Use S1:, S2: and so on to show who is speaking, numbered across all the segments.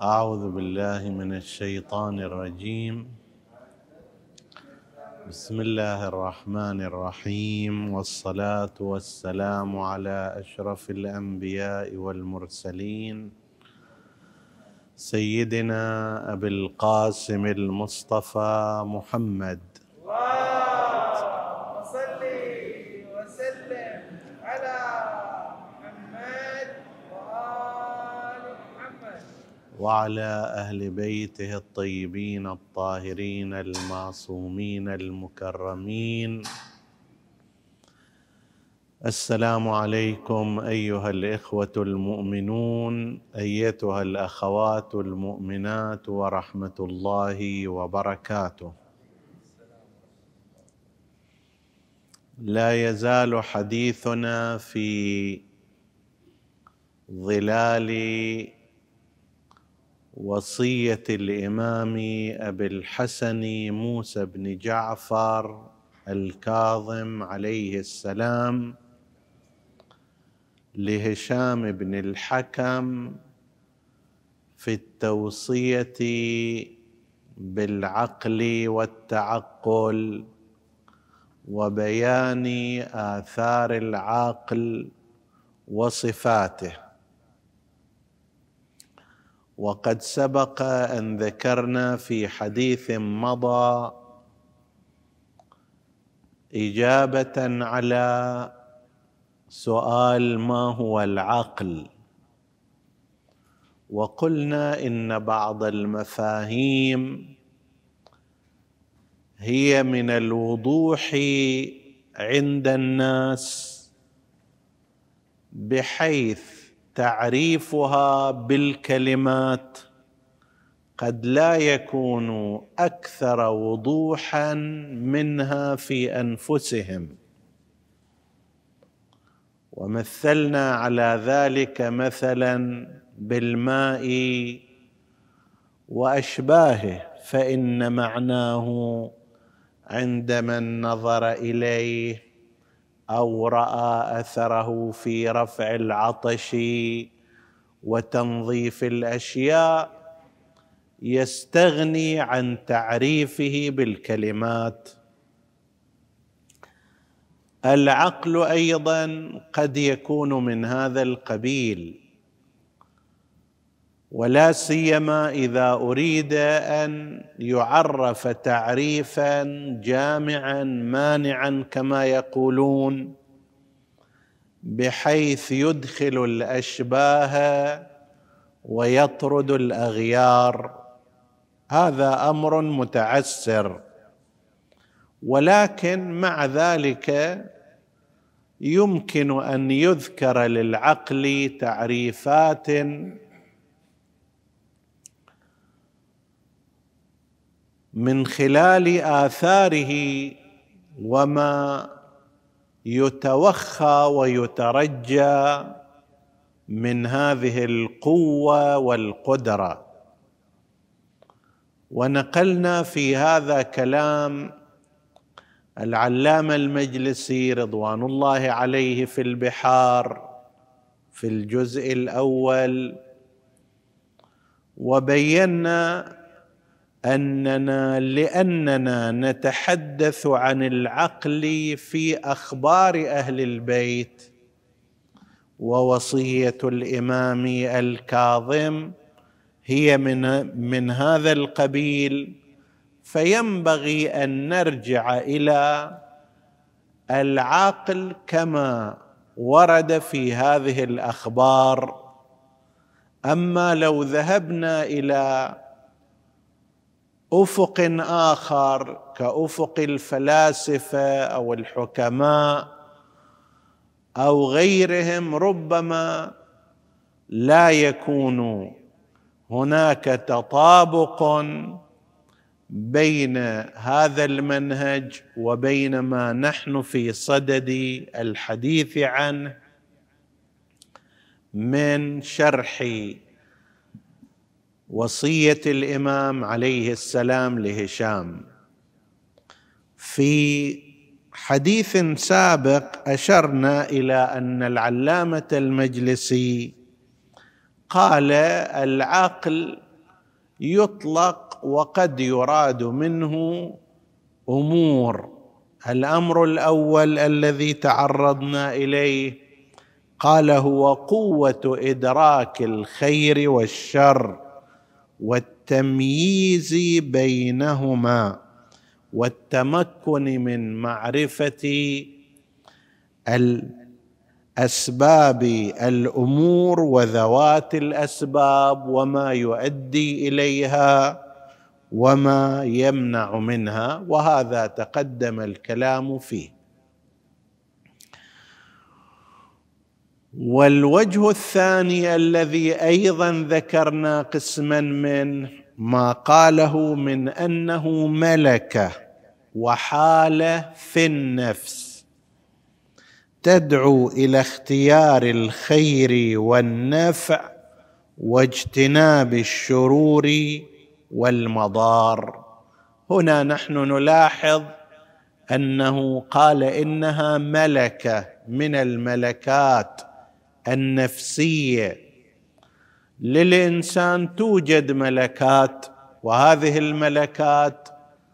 S1: أعوذ بالله من الشيطان الرجيم. بسم الله الرحمن الرحيم، والصلاة والسلام على أشرف الأنبياء والمرسلين سيدنا أبي القاسم المصطفى محمد،
S2: اللهم صل وسلم على محمد وآل محمد
S1: وعلى أهل بيته الطيبين الطاهرين المعصومين المكرمين. السلام عليكم أيها الإخوة المؤمنون، أيتها الأخوات المؤمنات، ورحمة الله وبركاته. لا يزال حديثنا في ظلال وصية الإمام أبي الحسن موسى بن جعفر الكاظم عليه السلام لهشام بن الحكم في التوصية بالعقل والتعقل وبيان آثار العقل وصفاته. وقد سبق أن ذكرنا في حديث مضى إجابة على سؤال ما هو العقل، وقلنا إن بعض المفاهيم هي من الوضوح عند الناس بحيث تعريفها بالكلمات قد لا يكون أكثر وضوحا منها في أنفسهم. ومثلنا على ذلك مثلا بالماء وأشباهه، فإن معناه عند من نظر إليه أو رأى أثره في رفع العطش وتنظيف الأشياء يستغني عن تعريفه بالكلمات. العقل أيضا قد يكون من هذا القبيل، ولا سيما إذا أريد أن يعرف تعريفا جامعا مانعا كما يقولون، بحيث يدخل الأشباه ويطرد الأغيار. هذا أمر متعسر، ولكن مع ذلك يمكن أن يذكر للعقل تعريفات من خلال آثاره وما يتوخى ويترجى من هذه القوة والقدرة. ونقلنا في هذا كلام العلامة المجلسي رضوان الله عليه في البحار في الجزء الأول، وبينا لأننا نتحدث عن العقل في أخبار أهل البيت ووصية الإمام الكاظم هي من هذا القبيل، فينبغي أن نرجع إلى العقل كما ورد في هذه الأخبار. أما لو ذهبنا إلى أفق آخر كأفق الفلاسفة أو الحكماء أو غيرهم، ربما لا يكون هناك تطابق بين هذا المنهج وبين ما نحن في صدد الحديث عنه من شرح وصية الإمام عليه السلام لهشام. في حديث سابق أشرنا إلى أن العلامة المجلسي قال العقل يطلق وقد يراد منه أمور. الأمر الأول الذي تعرضنا إليه قال هو قوة إدراك الخير والشر والتمييز بينهما والتمكن من معرفة الأسباب الأمور وذوات الأسباب وما يؤدي إليها وما يمنع منها، وهذا تقدم الكلام فيه. والوجه الثاني الذي أيضا ذكرنا قسما منه ما قاله من أنه ملكة وحالة في النفس تدعو إلى اختيار الخير والنفع واجتناب الشرور والمضار. هنا نحن نلاحظ أنه قال إنها ملكة من الملكات النفسية. للإنسان توجد ملكات، وهذه الملكات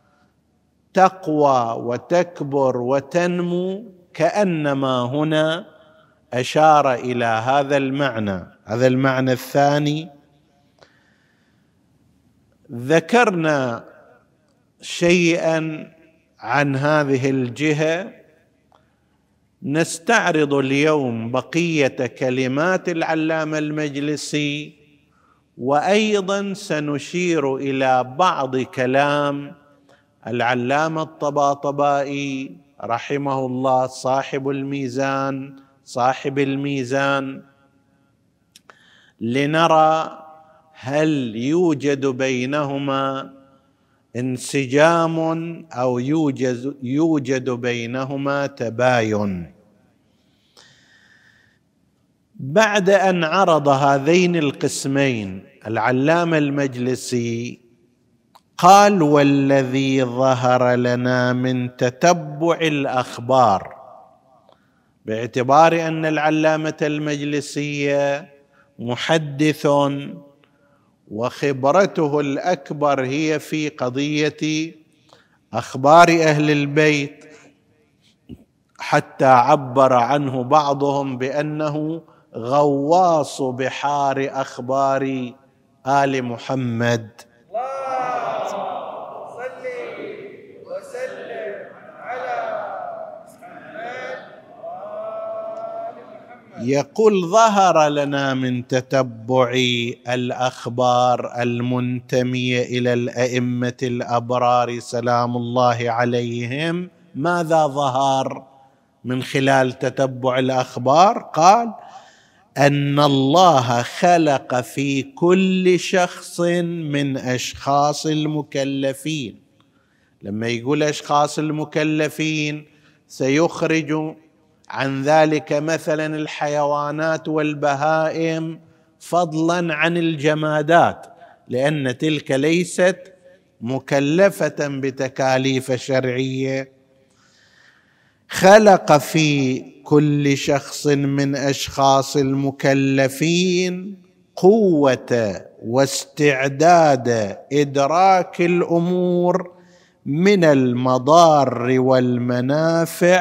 S1: تقوى وتكبر وتنمو، كأنما هنا أشار إلى هذا المعنى. هذا المعنى الثاني. ذكرنا شيئا عن هذه الجهة، نستعرض اليوم بقية كلمات العلامة المجلسي، وأيضا سنشير إلى بعض كلام العلامة الطباطبائي رحمه الله صاحب الميزان، لنرى هل يوجد بينهما انسجام أو يوجد بينهما تباين. بعد أن عرض هذين القسمين العلامة المجلسي قال: والذي ظهر لنا من تتبع الأخبار، باعتبار أن العلامة المجلسي محدث وخبرته الأكبر هي في قضية أخبار أهل البيت، حتى عبر عنه بعضهم بأنه غواص بحار أخبار آل محمد. يقول: ظهر لنا من تتبع الأخبار المنتمية إلى الأئمة الأبرار سلام الله عليهم. ماذا ظهر من خلال تتبع الأخبار؟ قال: أن الله خلق في كل شخص من أشخاص المكلفين. لما يقول أشخاص المكلفين سيخرج عن ذلك مثلا الحيوانات والبهائم، فضلا عن الجمادات، لأن تلك ليست مكلفة بتكاليف شرعية. خلق في كل شخص من أشخاص المكلفين قوة واستعداد إدراك الأمور من المضار والمنافع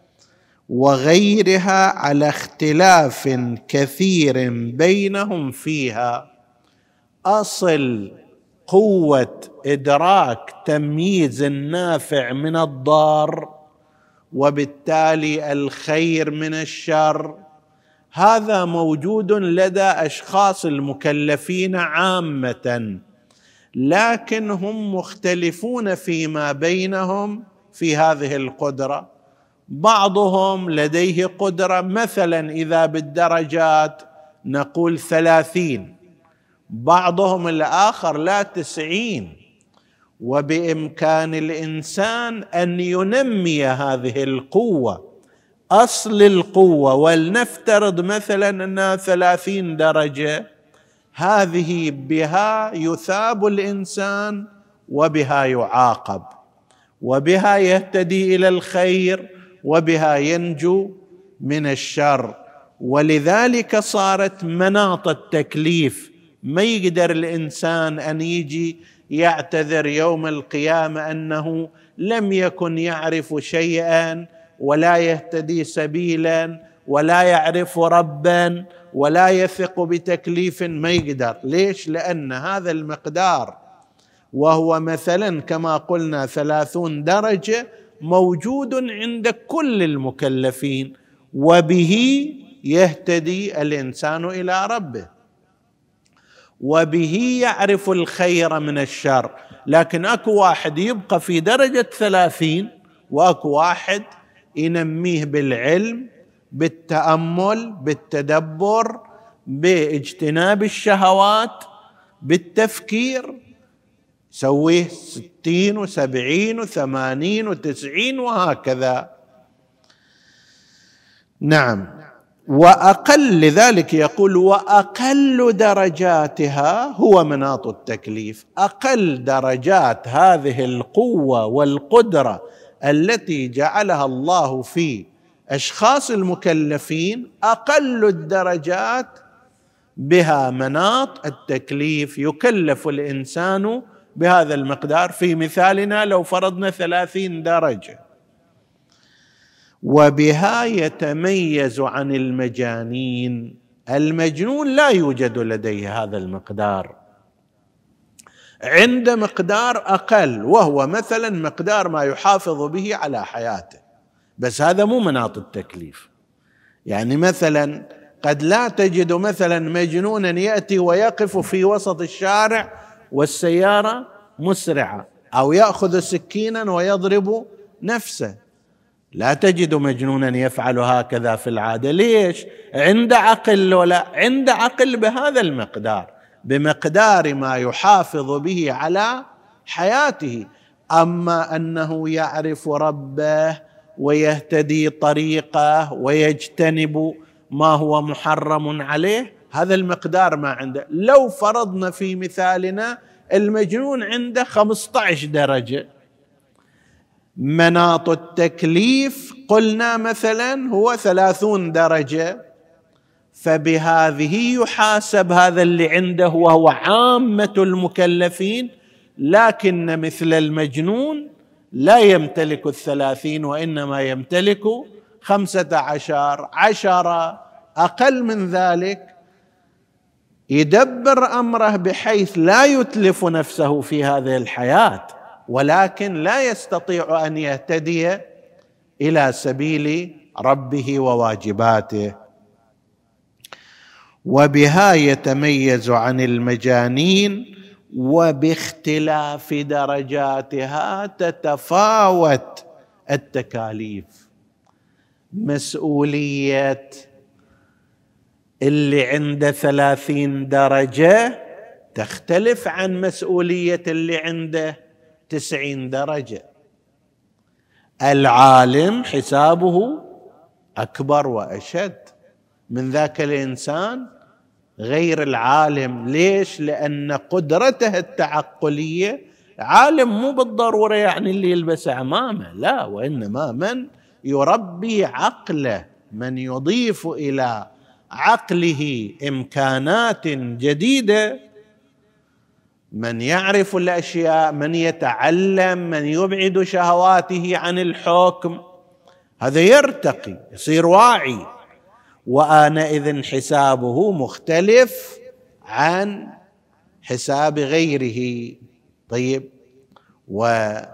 S1: وغيرها على اختلاف كثير بينهم فيها. أصل قوة إدراك تمييز النافع من الضار، وبالتالي الخير من الشر، هذا موجود لدى أشخاص المكلفين عامة، لكن هم مختلفون فيما بينهم في هذه القدرة. بعضهم لديه قدرة مثلا إذا بالدرجات نقول 30، بعضهم الآخر لا 90، وبإمكان الإنسان أن ينمي هذه القوة. أصل القوة، ولنفترض مثلا أنها 30 درجة، هذه بها يثاب الإنسان وبها يعاقب، وبها يهتدي إلى الخير وبها ينجو من الشر. ولذلك صارت مناط التكليف ما يقدر الإنسان أن يجي يعتذر يوم القيامة أنه لم يكن يعرف شيئا ولا يهتدي سبيلا ولا يعرف ربا ولا يثق بتكليف، ما يقدر. ليش؟ لأن هذا المقدار وهو مثلا كما قلنا 30 درجة موجود عند كل المكلفين، وبه يهتدي الإنسان إلى ربه، وبه يعرف الخير من الشر. لكن أكو واحد يبقى في درجة 30، وأكو واحد ينميه بالعلم، بالتأمل، بالتدبر، باجتناب الشهوات، بالتفكير، يسويه 60 و70 و80 و90 وهكذا. نعم. وأقل، لذلك يقول وأقل درجاتها هو مناط التكليف. أقل درجات هذه القوة والقدرة التي جعلها الله في أشخاص المكلفين، أقل الدرجات بها مناط التكليف، يكلف الإنسان بهذا المقدار. في مثالنا لو فرضنا 30 درجة. وبها يتميز عن المجانين. المجنون لا يوجد لديه هذا المقدار، عند مقدار أقل، وهو مثلا مقدار ما يحافظ به على حياته، بس هذا مو مناط التكليف. يعني مثلا قد لا تجد مثلا مجنونا يأتي ويقف في وسط الشارع والسيارة مسرعة، أو يأخذ سكينا ويضرب نفسه. لا تجد مجنونا يفعل هكذا في العادة. ليش؟ عند عقل ولا عند عقل بهذا المقدار، بمقدار ما يحافظ به على حياته. أما أنه يعرف ربه ويهتدي طريقه ويجتنب ما هو محرم عليه، هذا المقدار ما عنده. لو فرضنا في مثالنا المجنون عنده 15 درجة، مناط التكليف قلنا مثلا هو 30 درجة، فبهذه يحاسب هذا اللي عنده وهو عامة المكلفين. لكن مثل المجنون لا يمتلك 30، وإنما يمتلك 15 10 أقل من ذلك، يدبر أمره بحيث لا يتلف نفسه في هذه الحياة، ولكن لا يستطيع أن يهتدي إلى سبيل ربه وواجباته. وبها يتميز عن المجانين، وباختلاف درجاتها تتفاوت التكاليف. مسؤولية اللي عنده 30 درجة تختلف عن مسؤولية اللي عنده 90 درجة. العالم حسابه أكبر وأشد من ذاك الإنسان غير العالم. ليش؟ لأن قدرته التعقلية، عالم مو بالضرورة يعني اللي يلبس عمامة، لا، وإنما من يربي عقله، من يضيف إلى عقله إمكانات جديدة، من يعرف الأشياء، من يتعلم، من يبعد شهواته عن الحكم، هذا يرتقي يصير واعي، وآنئذ حسابه مختلف عن حساب غيره. طيب، ولذلك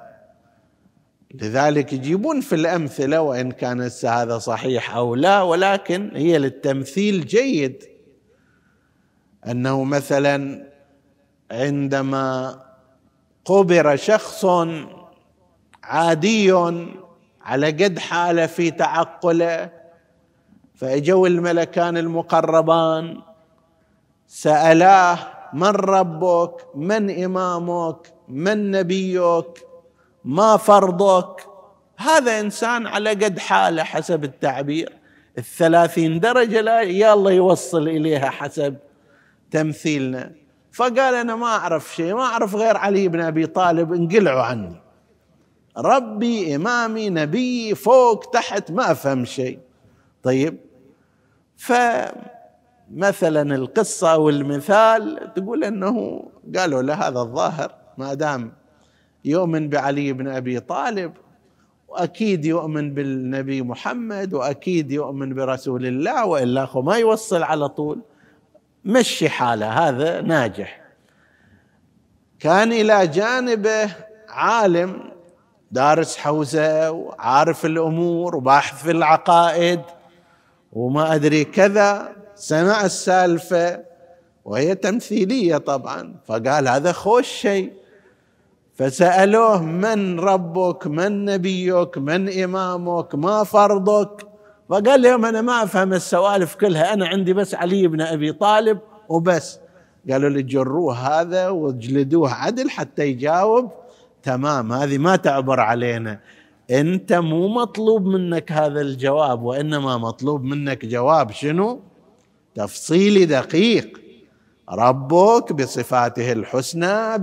S1: يجيبون في الأمثلة، وإن كان هذا صحيح أو لا، ولكن هي للتمثيل جيد، أنه مثلا عندما قبر شخص عادي على قد حاله في تعقله، فأجوا الملكان المقربان سألاه: من ربك؟ من إمامك؟ من نبيك؟ ما فرضك؟ هذا إنسان على قد حاله حسب التعبير. 30 درجة لا يلا يوصل إليها حسب تمثيلنا. فقال: أنا ما أعرف شيء، ما أعرف غير علي بن أبي طالب، انقلعوا عني، ربي إمامي نبي فوق تحت ما أفهم شيء. طيب، فهذا مثلا القصة أو المثال تقول أنه قالوا له هذا الظاهر ما دام يؤمن بعلي بن أبي طالب وأكيد يؤمن بالنبي محمد وأكيد يؤمن برسول الله، وإلا أخو ما يوصل على طول، مشي حاله هذا ناجح. كان إلى جانبه عالم دارس حوزة وعارف الأمور وباحث في العقائد وما أدري كذا، سمع السالفة وهي تمثيلية طبعا، فقال هذا خوش شيء. فسألوه من ربك، من نبيك، من إمامك، ما فرضك؟ فقال لهم أنا ما أفهم السوالف كلها، أنا عندي بس علي بن أبي طالب وبس. قالوا لي جروه هذا وجلدوه عدل حتى يجاوب تمام، هذه ما تعبر علينا، أنت مو مطلوب منك هذا الجواب، وإنما مطلوب منك جواب شنو؟ تفصيلي دقيق. ربك بصفاته الحسنى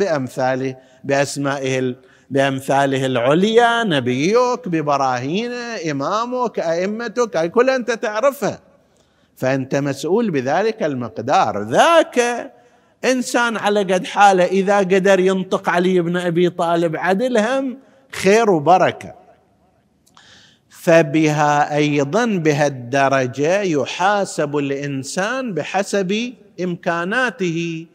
S1: بأمثاله العليا، نبيك ببراهينه، إمامك، أئمتك، أي كل أنت تعرفها، فأنت مسؤول بذلك المقدار. ذاك إنسان على قد حاله، إذا قدر ينطق علي بن أبي طالب عدل هم خير وبركة. فبها أيضا بهالدرجة يحاسب الإنسان بحسب إمكاناته.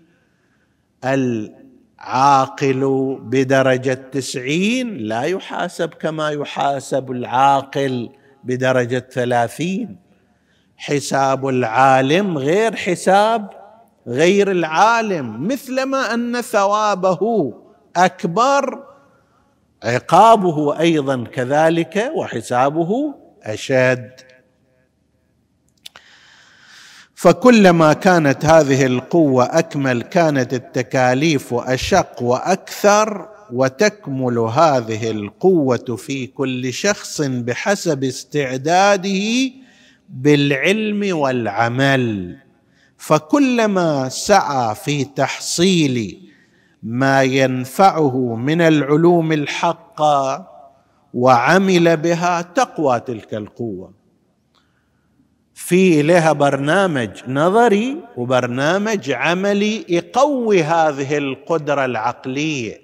S1: العاقل بدرجة 90 لا يحاسب كما يحاسب العاقل بدرجة 30. حساب العالم غير حساب غير العالم، مثلما أن ثوابه أكبر عقابه أيضا كذلك وحسابه أشد. فكلما كانت هذه القوة أكمل كانت التكاليف أشق وأكثر، وتكمل هذه القوة في كل شخص بحسب استعداده بالعلم والعمل. فكلما سعى في تحصيل ما ينفعه من العلوم الحقة وعمل بها تقوى تلك القوة. في لها برنامج نظري وبرنامج عملي يقوي هذه القدرة العقلية.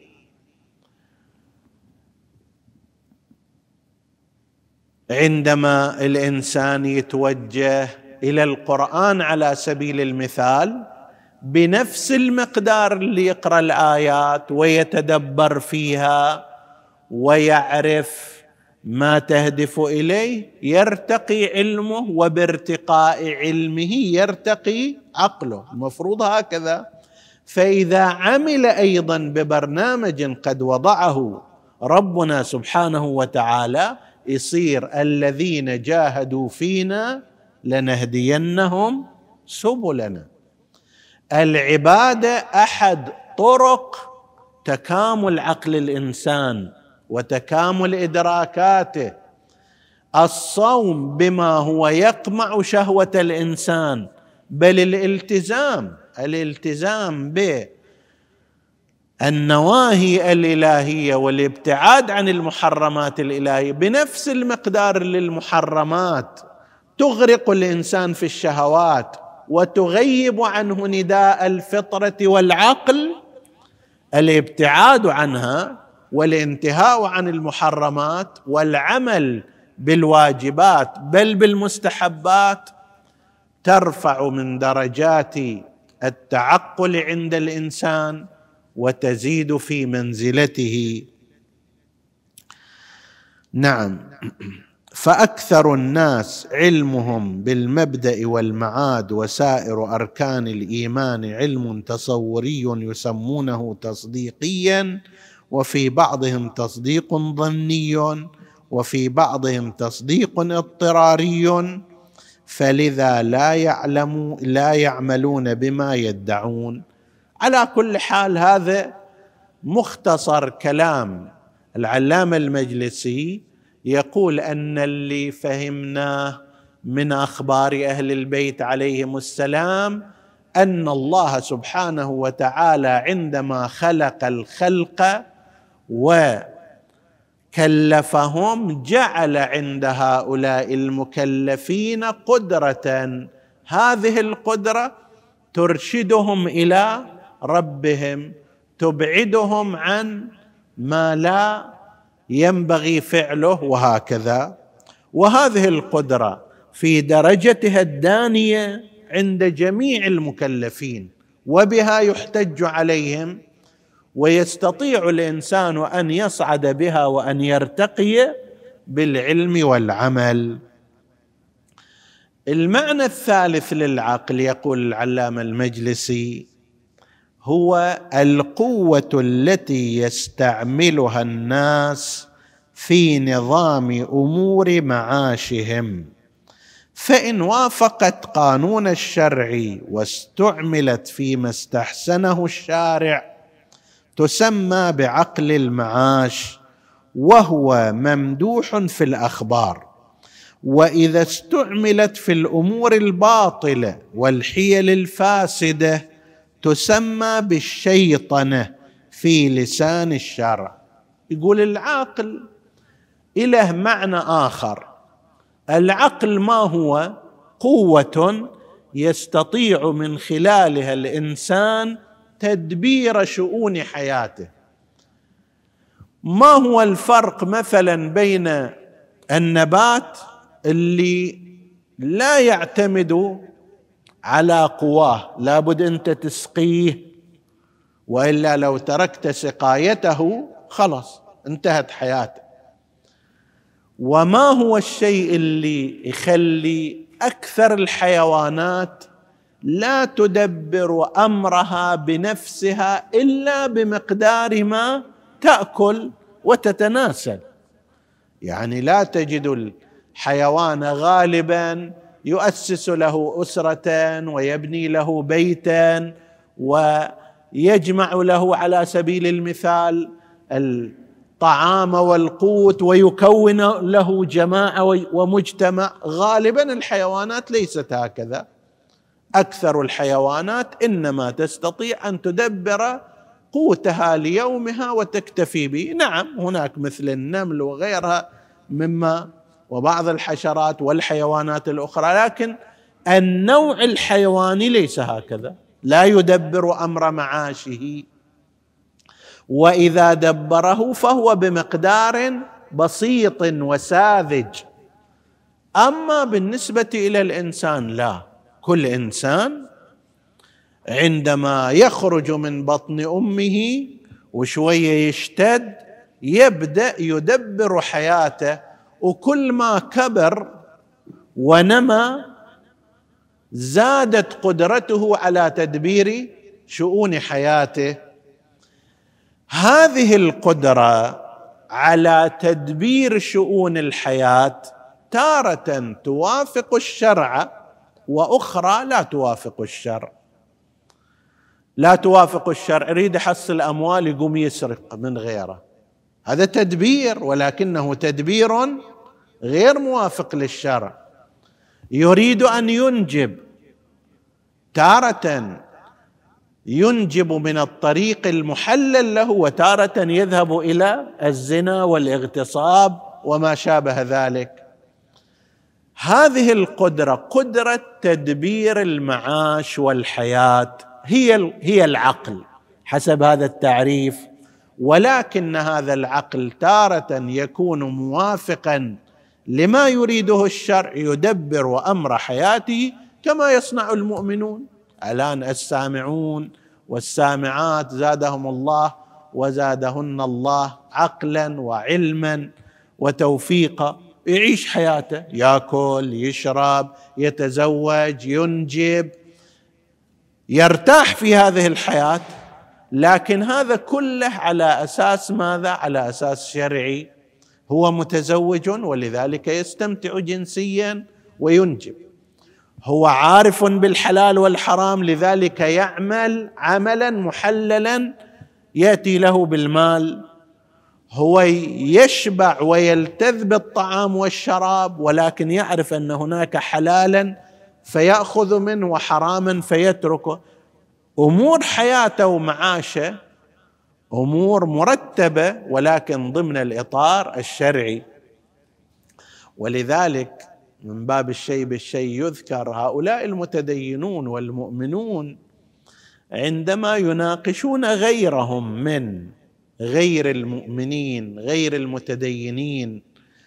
S1: عندما الإنسان يتوجه إلى القرآن على سبيل المثال، بنفس المقدار اللي يقرأ الآيات ويتدبر فيها ويعرف ما تهدف إليه، يرتقي علمه، وبارتقاء علمه يرتقي عقله، المفروض هكذا. فإذا عمل أيضا ببرنامج قد وضعه ربنا سبحانه وتعالى، يصير الذين جاهدوا فينا لنهدينهم سبلنا. العبادة أحد طرق تكامل عقل الإنسان وتكامل إدراكاته. الصوم بما هو يقمع شهوة الإنسان، بل الالتزام بالنواهي الإلهية والابتعاد عن المحرمات الإلهية بنفس المقدار للمحرمات تغرق الإنسان في الشهوات وتغيب عنه نداء الفطرة والعقل. الابتعاد عنها والانتهاء عن المحرمات والعمل بالواجبات بل بالمستحبات ترفع من درجات التعقل عند الإنسان وتزيد في منزلته. نعم، فأكثر الناس علمهم بالمبدأ والمعاد وسائر أركان الإيمان علم تصوري يسمونه تصديقيا، وفي بعضهم تصديق ظني، وفي بعضهم تصديق اضطراري، فلذا لا يعملون بما يدعون. على كل حال هذا مختصر كلام العلامة المجلسي، يقول أن اللي فهمناه من أخبار أهل البيت عليهم السلام أن الله سبحانه وتعالى عندما خلق الخلق وكلفهم جعل عند هؤلاء المكلفين قدرة هذه القدرة ترشدهم إلى ربهم، تبعدهم عن ما لا ينبغي فعله، وهكذا. وهذه القدرة في درجتها الدانية عند جميع المكلفين، وبها يحتج عليهم، ويستطيع الإنسان أن يصعد بها وأن يرتقي بالعلم والعمل. المعنى الثالث للعقل، يقول العلامة المجلسي، هو القوة التي يستعملها الناس في نظام أمور معاشهم، فإن وافقت قانون الشرع واستعملت فيما استحسنه الشارع تسمى بعقل المعاش، وهو ممدوح في الأخبار. وإذا استعملت في الأمور الباطلة والحيل الفاسدة تسمى بالشيطنة في لسان الشرع. يقول العقل له معنى آخر. العقل ما هو؟ قوة يستطيع من خلالها الإنسان تدبير شؤون حياته. ما هو الفرق مثلا بين النبات اللي لا يعتمد على قواه، لابد أنت تسقيه، وإلا لو تركت سقايته خلاص انتهت حياته. وما هو الشيء اللي يخلي أكثر الحيوانات لا تدبر أمرها بنفسها إلا بمقدار ما تأكل وتتناسل؟ يعني لا تجد الحيوان غالبا يؤسس له أسرة ويبني له بيتا ويجمع له على سبيل المثال الطعام والقوت ويكون له جماعة ومجتمع. غالبا الحيوانات ليست هكذا. أكثر الحيوانات إنما تستطيع أن تدبر قوتها ليومها وتكتفي به. نعم هناك مثل النمل وغيرها مما وبعض الحشرات والحيوانات الأخرى، لكن النوع الحيواني ليس هكذا، لا يدبر أمر معاشه، وإذا دبره فهو بمقدار بسيط وساذج. أما بالنسبة إلى الإنسان لا، كل إنسان عندما يخرج من بطن أمه وشوية يشتد يبدأ يدبر حياته، وكل ما كبر ونمى زادت قدرته على تدبير شؤون حياته. هذه القدرة على تدبير شؤون الحياة تارة توافق الشرع وأخرى لا توافق الشرع. لا توافق الشرع، يريد يحصل أموال يقوم يسرق من غيره، هذا تدبير ولكنه تدبير غير موافق للشرع. يريد أن ينجب، تارة ينجب من الطريق المحلل له، وتارة يذهب إلى الزنا والاغتصاب وما شابه ذلك. هذه القدرة، قدرة تدبير المعاش والحياة، هي العقل حسب هذا التعريف. ولكن هذا العقل تارة يكون موافقا لما يريده الشرع، يدبر أمر حياته كما يصنع المؤمنون. الآن السامعون والسامعات زادهم الله وزادهن الله عقلا وعلما وتوفيقا، يعيش حياته، يأكل، يشرب، يتزوج، ينجب، يرتاح في هذه الحياة. لكن هذا كله على أساس ماذا؟ على أساس شرعي. هو متزوج ولذلك يستمتع جنسيا وينجب، هو عارف بالحلال والحرام لذلك يعمل عملا محللا يأتي له بالمال، هو يشبع ويلتذ بالطعام والشراب ولكن يعرف أن هناك حلالا فيأخذ منه وحراما فيتركه. أمور حياته ومعاشه أمور مرتبة ولكن ضمن الإطار الشرعي. ولذلك من باب الشيء بالشيء يذكر، هؤلاء المتدينون والمؤمنون عندما يناقشون غيرهم من غير المؤمنين غير المتدينين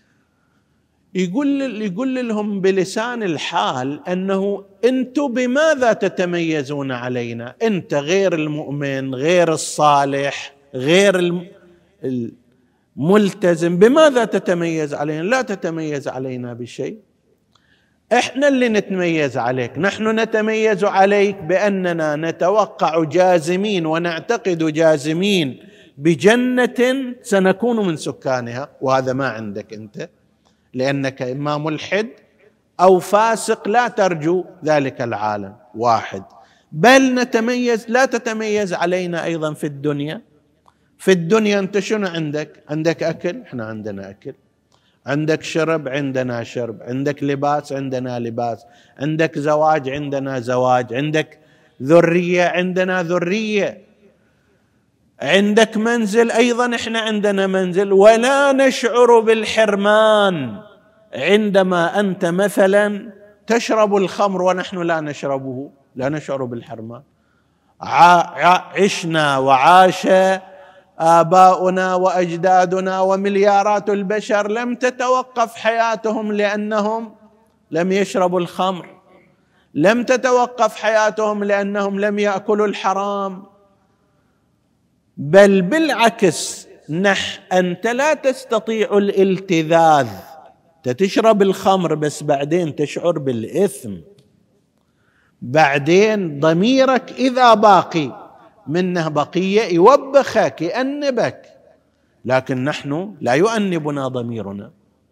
S1: يقول لهم بلسان الحال أنه أنتم بماذا تتميزون علينا؟ أنت غير المؤمن، غير الصالح، غير الملتزم، بماذا تتميز علينا؟ لا تتميز علينا بشيء، احنا اللي نتميز عليك. نحن نتميز عليك بأننا نتوقع جازمين ونعتقد جازمين بجنة سنكون من سكانها، وهذا ما عندك أنت، لأنك إما ملحد أو فاسق لا ترجو ذلك العالم. واحد. بل لا تتميز علينا أيضا في الدنيا. في الدنيا أنت شنو عندك؟ عندك أكل، إحنا عندنا أكل. عندك شرب، عندنا شرب. عندك لباس، عندنا لباس. عندك زواج، عندنا زواج. عندك ذرية، عندنا ذرية. عندك منزل، أيضا إحنا عندنا منزل. ولا نشعر بالحرمان عندما أنت مثلا تشرب الخمر ونحن لا نشربه، لا نشعر بالحرمان. عشنا وعاش آباؤنا وأجدادنا ومليارات البشر لم تتوقف حياتهم لأنهم لم يشربوا الخمر، لم تتوقف حياتهم لأنهم لم يأكلوا الحرام، بل بالعكس أنت لا تستطيع الالتذاذ. تشرب الخمر بس بعدين تشعر بالإثم، بعدين ضميرك إذا باقي منه بقية يوبخك يأنبك، لكن نحن لا يؤنبنا ضميرنا.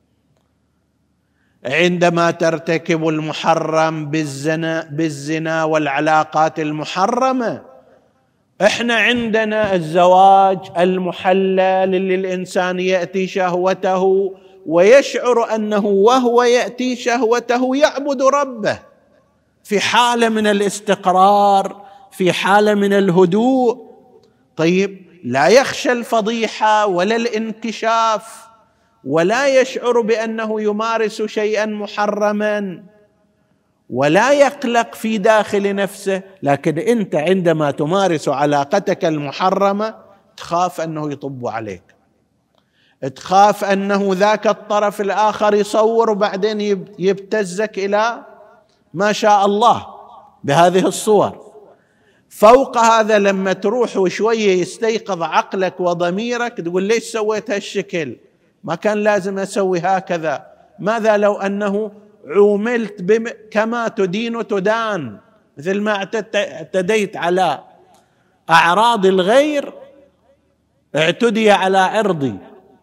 S1: عندما ترتكب المحرم بالزنا والعلاقات المحرمة، احنا عندنا الزواج المحلل اللي الإنسان يأتي شهوته ويشعر أنه وهو يأتي شهوته يعبد ربه في حالة من الاستقرار، في حالة من الهدوء. طيب، لا يخشى الفضيحة ولا الانكشاف، ولا يشعر بأنه يمارس شيئا محرما، ولا يقلق في داخل نفسه. لكن أنت عندما تمارس علاقتك المحرمة تخاف أنه يطب عليك، تخاف أنه ذاك الطرف الآخر يصور وبعدين يبتزك إلى ما شاء الله بهذه الصور. فوق هذا لما تروح وشوية يستيقظ عقلك وضميرك تقول ليش سويت هالشكل؟ ما كان لازم أسوي هكذا. ماذا لو أنه عوملت كما تدين تدان، مثل ما اعتديت على أعراض الغير اعتدي على عرضي.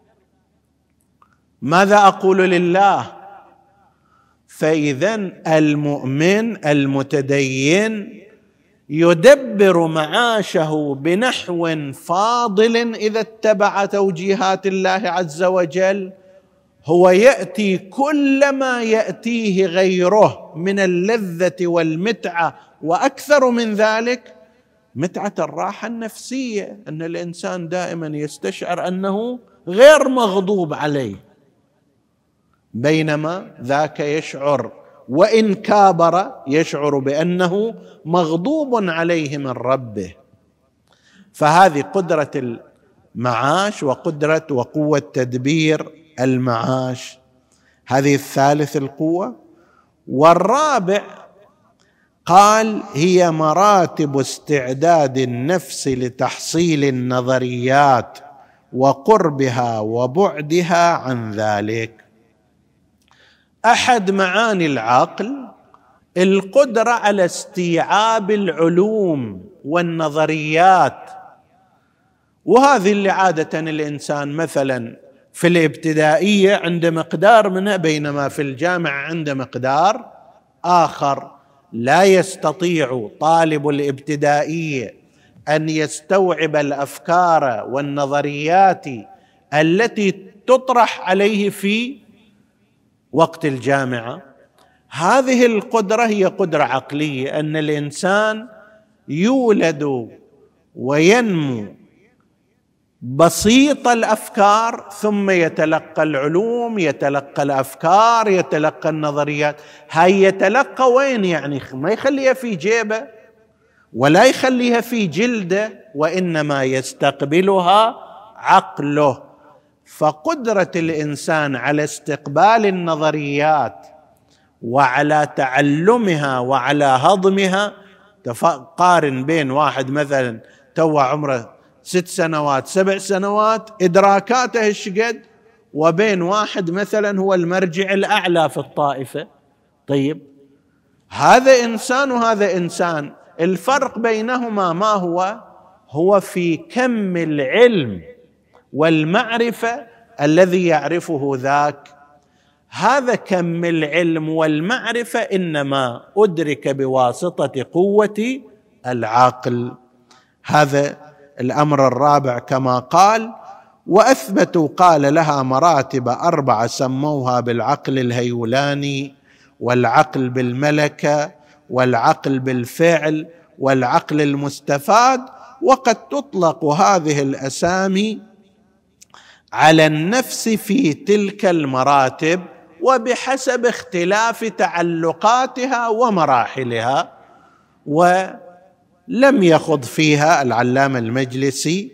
S1: ماذا أقول لله؟ فإذا المؤمن المتدين يدبر معاشه بنحو فاضل إذا اتبع توجيهات الله عز وجل. هو يأتي كل ما يأتيه غيره من اللذة والمتعة، وأكثر من ذلك متعة الراحة النفسية، أن الإنسان دائما يستشعر أنه غير مغضوب عليه، بينما ذاك يشعر وإن كابر يشعر بأنه مغضوب عليه من ربه. فهذه قدرة المعاش وقدرة وقوة تدبير المعاش، هذه الثالث القوة. والرابع قال هي مراتب استعداد النفس لتحصيل النظريات وقربها وبعدها عن ذلك. أحد معاني العقل القدرة على استيعاب العلوم والنظريات، وهذه اللي عادة الإنسان مثلا في الابتدائية عنده مقدار منها، بينما في الجامعة عنده مقدار آخر. لا يستطيع طالب الابتدائية أن يستوعب الأفكار والنظريات التي تطرح عليه في وقت الجامعة. هذه القدرة هي قدرة عقلية، أن الإنسان يولد وينمو بسيط الافكار، ثم يتلقى العلوم، يتلقى الافكار، يتلقى النظريات. هاي يتلقى وين؟ يعني ما يخليها في جيبه ولا يخليها في جلده، وانما يستقبلها عقله. فقدرة الانسان على استقبال النظريات وعلى تعلمها وعلى هضمها، قارن بين واحد مثلا تو عمره 6 سنوات 7 سنوات إدراكاته الشقد، وبين واحد مثلا هو المرجع الأعلى في الطائفة. طيب هذا إنسان وهذا إنسان، الفرق بينهما ما هو؟ هو في كم العلم والمعرفة الذي يعرفه ذاك. هذا كم العلم والمعرفة إنما أدرك بواسطة قوة العقل. هذا الأمر الرابع كما قال. وأثبتوا قال لها مراتب 4 سموها بالعقل الهيولاني، والعقل بالملكة، والعقل بالفعل، والعقل المستفاد. وقد تطلق هذه الأسامي على النفس في تلك المراتب وبحسب اختلاف تعلقاتها ومراحلها. ولم يخض فيها العلامة المجلسي.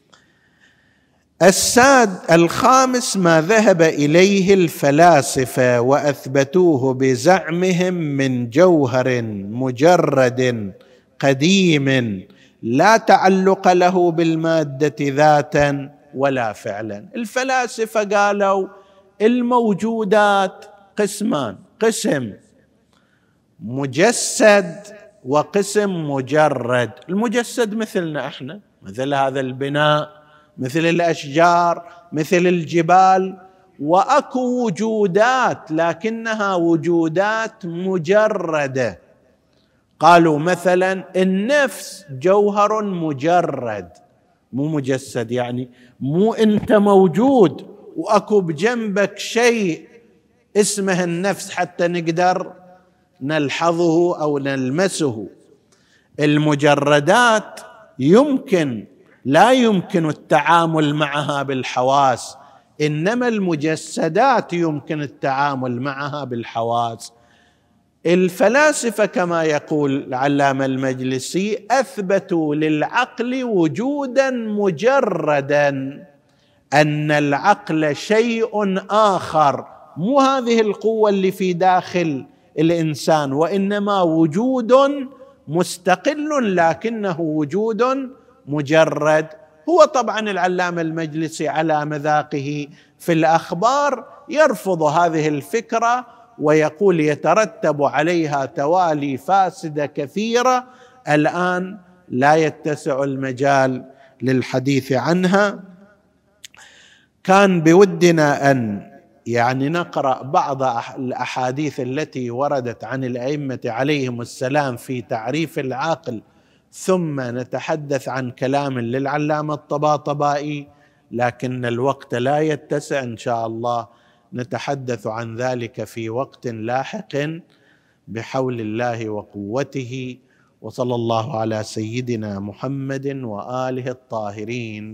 S1: الخامس ما ذهب إليه الفلاسفة وأثبتوه بزعمهم من جوهر مجرد قديم لا تعلق له بالمادة ذاتا ولا فعلا. الفلاسفة قالوا الموجودات قسمان: قسم مجسد وقسم مجرد. المجسد مثلنا احنا، مثل هذا البناء، مثل الأشجار، مثل الجبال. وأكو وجودات لكنها وجودات مجردة. قالوا مثلا النفس جوهر مجرد مو مجسد، يعني مو انت موجود واكو بجنبك شيء اسمه النفس حتى نقدر نلحظه او نلمسه. المجردات لا يمكن التعامل معها بالحواس، انما المجسدات يمكن التعامل معها بالحواس. الفلاسفة كما يقول العلامة المجلسي أثبتوا للعقل وجودا مجردا، أن العقل شيء آخر، مو هذه القوة اللي في داخل الإنسان، وإنما وجود مستقل لكنه وجود مجرد. هو طبعا العلامة المجلسي على مذاقه في الأخبار يرفض هذه الفكرة ويقول يترتب عليها توالي فاسدة كثيرة الآن لا يتسع المجال للحديث عنها. كان بودنا أن نقرأ بعض الأحاديث التي وردت عن الأئمة عليهم السلام في تعريف العقل، ثم نتحدث عن كلام للعلامة الطباطبائي، لكن الوقت لا يتسع. إن شاء الله نتحدث عن ذلك في وقت لاحق بحول الله وقوته. وصلى الله على سيدنا محمد وآله الطاهرين.